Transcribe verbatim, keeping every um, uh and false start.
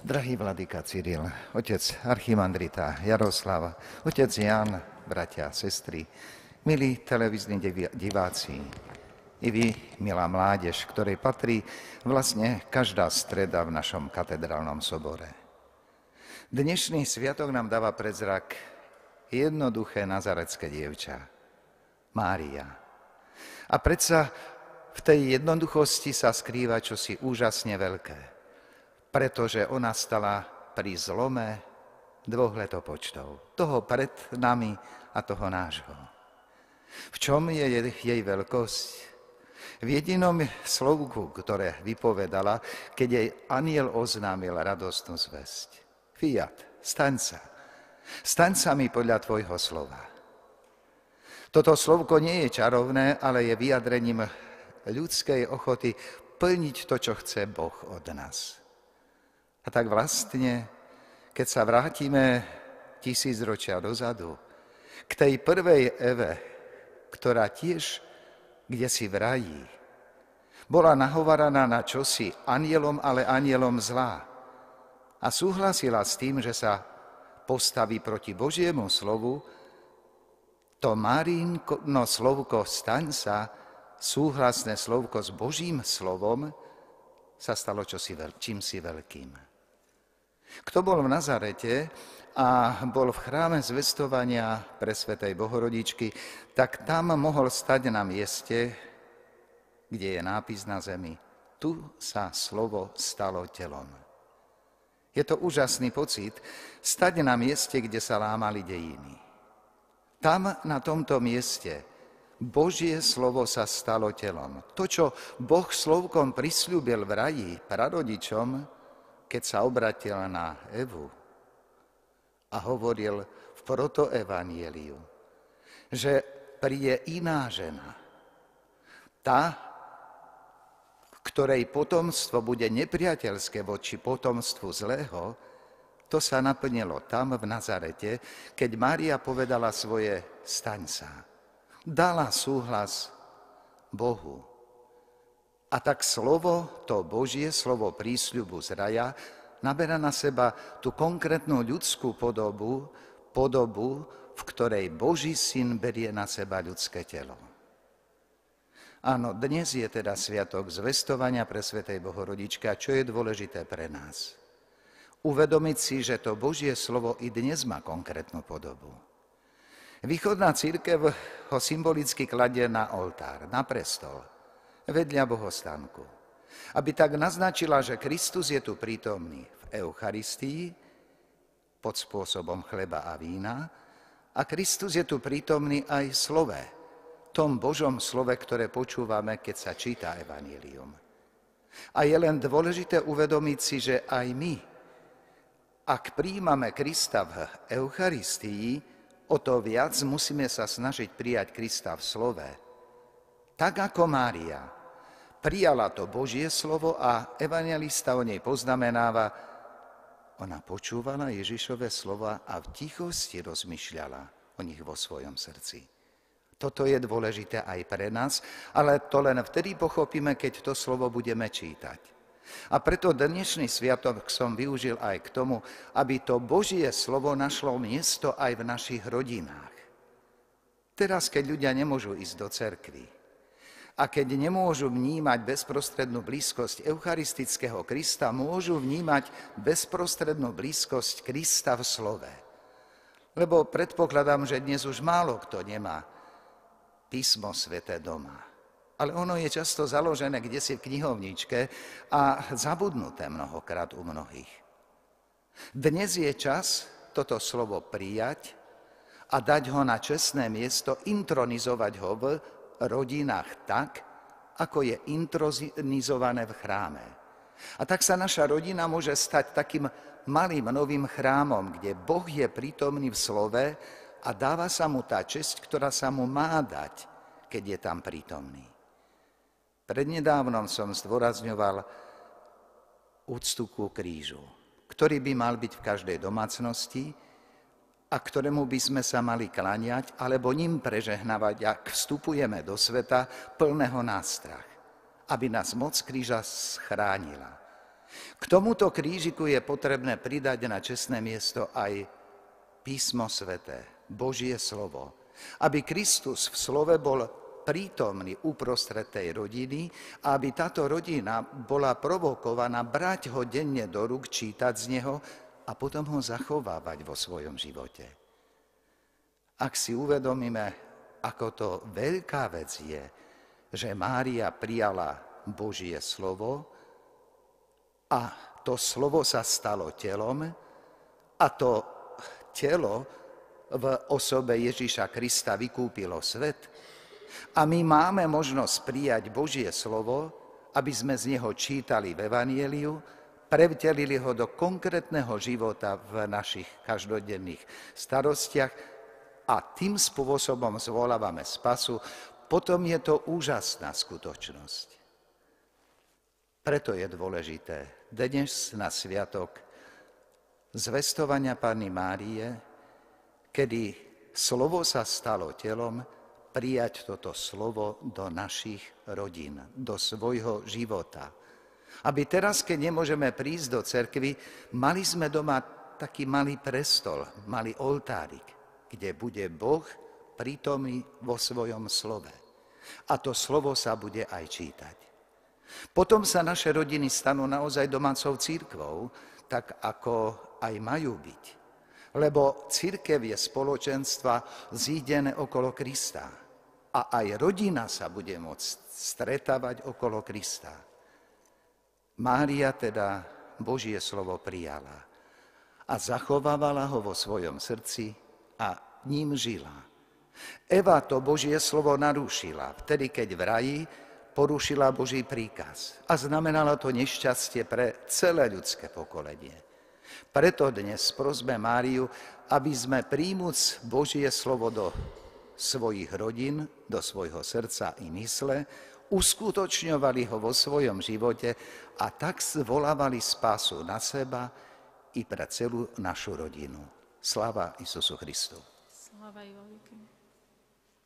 Drahý vladyka Cyril, otec archimandrita Jaroslav, otec Jan, bratia a sestry, milí televízni diváci, i vy, milá mládež, ktorej patrí vlastne každá streda v našom katedrálnom sobore. Dnešný sviatok nám dáva pred zrak jednoduché nazarecké dievča, Mária. A predsa v tej jednoduchosti sa skrýva čosi úžasne veľké, pretože ona stala pri zlome dvoch letopočtov. Toho pred nami a toho nášho. V čom je jej veľkosť? V jedinom slovku, ktoré vypovedala, keď jej anjel oznámil radostnú zvesť. Fiat, staň sa. Staň sa mi podľa tvojho slova. Toto slovko nie je čarovné, ale je vyjadrením ľudskej ochoty plniť to, čo chce Boh od nás. A tak vlastne, keď sa vrátime tisícročia dozadu, k tej prvej Eve, ktorá tiež kdesi v raji, bola nahovaraná na čosi anjelom, ale anjelom zlá. A súhlasila s tým, že sa postaví proti Božiemu slovu, to Márino slovko staň sa, súhlasné slovko s Božím slovom, sa stalo čosi veľ, čímsi veľkým. Kto bol v Nazarete a bol v chráme zvestovania presvätej Bohorodičky, tak tam mohol stať na mieste, kde je nápis na zemi. Tu sa slovo stalo telom. Je to úžasný pocit stať na mieste, kde sa lámali dejiny. Tam, na tomto mieste, Božie slovo sa stalo telom. To, čo Boh slovkom prisľúbil v raji prarodičom, keď sa obratil na Evu a hovoril v protoevanieliu, že príde iná žena, tá, ktorej potomstvo bude nepriateľské voči potomstvu zlého, to sa naplnilo tam v Nazarete, keď Mária povedala svoje staň sa. Dala súhlas Bohu. A tak slovo, to Božie slovo prísľubu z raja, naberá na seba tú konkrétnu ľudskú podobu, podobu, v ktorej Boží syn berie na seba ľudské telo. Áno, dnes je teda sviatok zvestovania presvätej Bohorodičky, a čo je dôležité pre nás? Uvedomiť si, že to Božie slovo i dnes má konkrétnu podobu. Východná cirkev ho symbolicky kladie na oltár, na prestol, vedľa bohostánku, aby tak naznačila, že Kristus je tu prítomný v Eucharistii pod spôsobom chleba a vína a Kristus je tu prítomný aj v slove, tom Božom slove, ktoré počúvame, keď sa číta evanjelium. A je len dôležité uvedomiť si, že aj my, ak prijímame Krista v Eucharistii, o to viac musíme sa snažiť prijať Krista v slove, tak ako Mária prijala to Božie slovo a evanjelista o nej poznamenáva, ona počúvala Ježišove slova a v tichosti rozmýšľala o nich vo svojom srdci. Toto je dôležité aj pre nás, ale to len vtedy pochopíme, keď to slovo budeme čítať. A preto dnešný sviatok som využil aj k tomu, aby to Božie slovo našlo miesto aj v našich rodinách. Teraz, keď ľudia nemôžu ísť do cerkvy, a keď nemôžu vnímať bezprostrednú blízkosť eucharistického Krista, môžu vnímať bezprostrednú blízkosť Krista v slove. Lebo predpokladám, že dnes už málo kto nemá písmo sväté doma. Ale ono je často založené kdesi v knihovničke a zabudnuté mnohokrát u mnohých. Dnes je čas toto slovo prijať a dať ho na čestné miesto, intronizovať ho v rodinách tak, ako je intronizované v chráme. A tak sa naša rodina môže stať takým malým novým chrámom, kde Boh je prítomný v slove a dáva sa mu tá česť, ktorá sa mu má dať, keď je tam prítomný. Prednedávnom som zdôrazňoval úctu ku krížu, ktorý by mal byť v každej domácnosti, a ktorému by sme sa mali kláňať, alebo ním prežehnávať, ak vstupujeme do sveta plného nástrah, aby nás moc kríža schránila. K tomuto krížiku je potrebné pridať na čestné miesto aj písmo sväté, Božie slovo, aby Kristus v slove bol prítomný uprostred tej rodiny a aby táto rodina bola provokovaná brať ho denne do rúk, čítať z neho a potom ho zachovávať vo svojom živote. Ak si uvedomíme, ako to veľká vec je, že Mária prijala Božie slovo a to slovo sa stalo telom a to telo v osobe Ježiša Krista vykúpilo svet a my máme možnosť prijať Božie slovo, aby sme z neho čítali v Evanjeliu, prevtelili ho do konkrétneho života v našich každodenných starostiach a tým spôsobom zvolávame spasu, potom je to úžasná skutočnosť. Preto je dôležité dnes na sviatok zvestovania Panny Márie, kedy slovo sa stalo telom, prijať toto slovo do našich rodín, do svojho života. Aby teraz, keď nemôžeme prísť do cerkvy, mali sme doma taký malý prestol, malý oltárik, kde bude Boh prítomný vo svojom slove. A to slovo sa bude aj čítať. Potom sa naše rodiny stanú naozaj domácou cirkvou, tak ako aj majú byť. Lebo cirkev je spoločenstva zídené okolo Krista. A aj rodina sa bude môcť stretávať okolo Krista. Mária teda Božie slovo prijala a zachovávala ho vo svojom srdci a ním žila. Eva to Božie slovo narušila, vtedy keď v raji porušila Boží príkaz a znamenalo to nešťastie pre celé ľudské pokolenie. Preto dnes prosme Máriu, aby sme príjmuc Božie slovo do svojich rodín, do svojho srdca i mysle, uskutočňovali ho vo svojom živote a tak zvolávali spásu na seba i pre celú našu rodinu. Sláva Isusu Christu. Sláva i vo veky.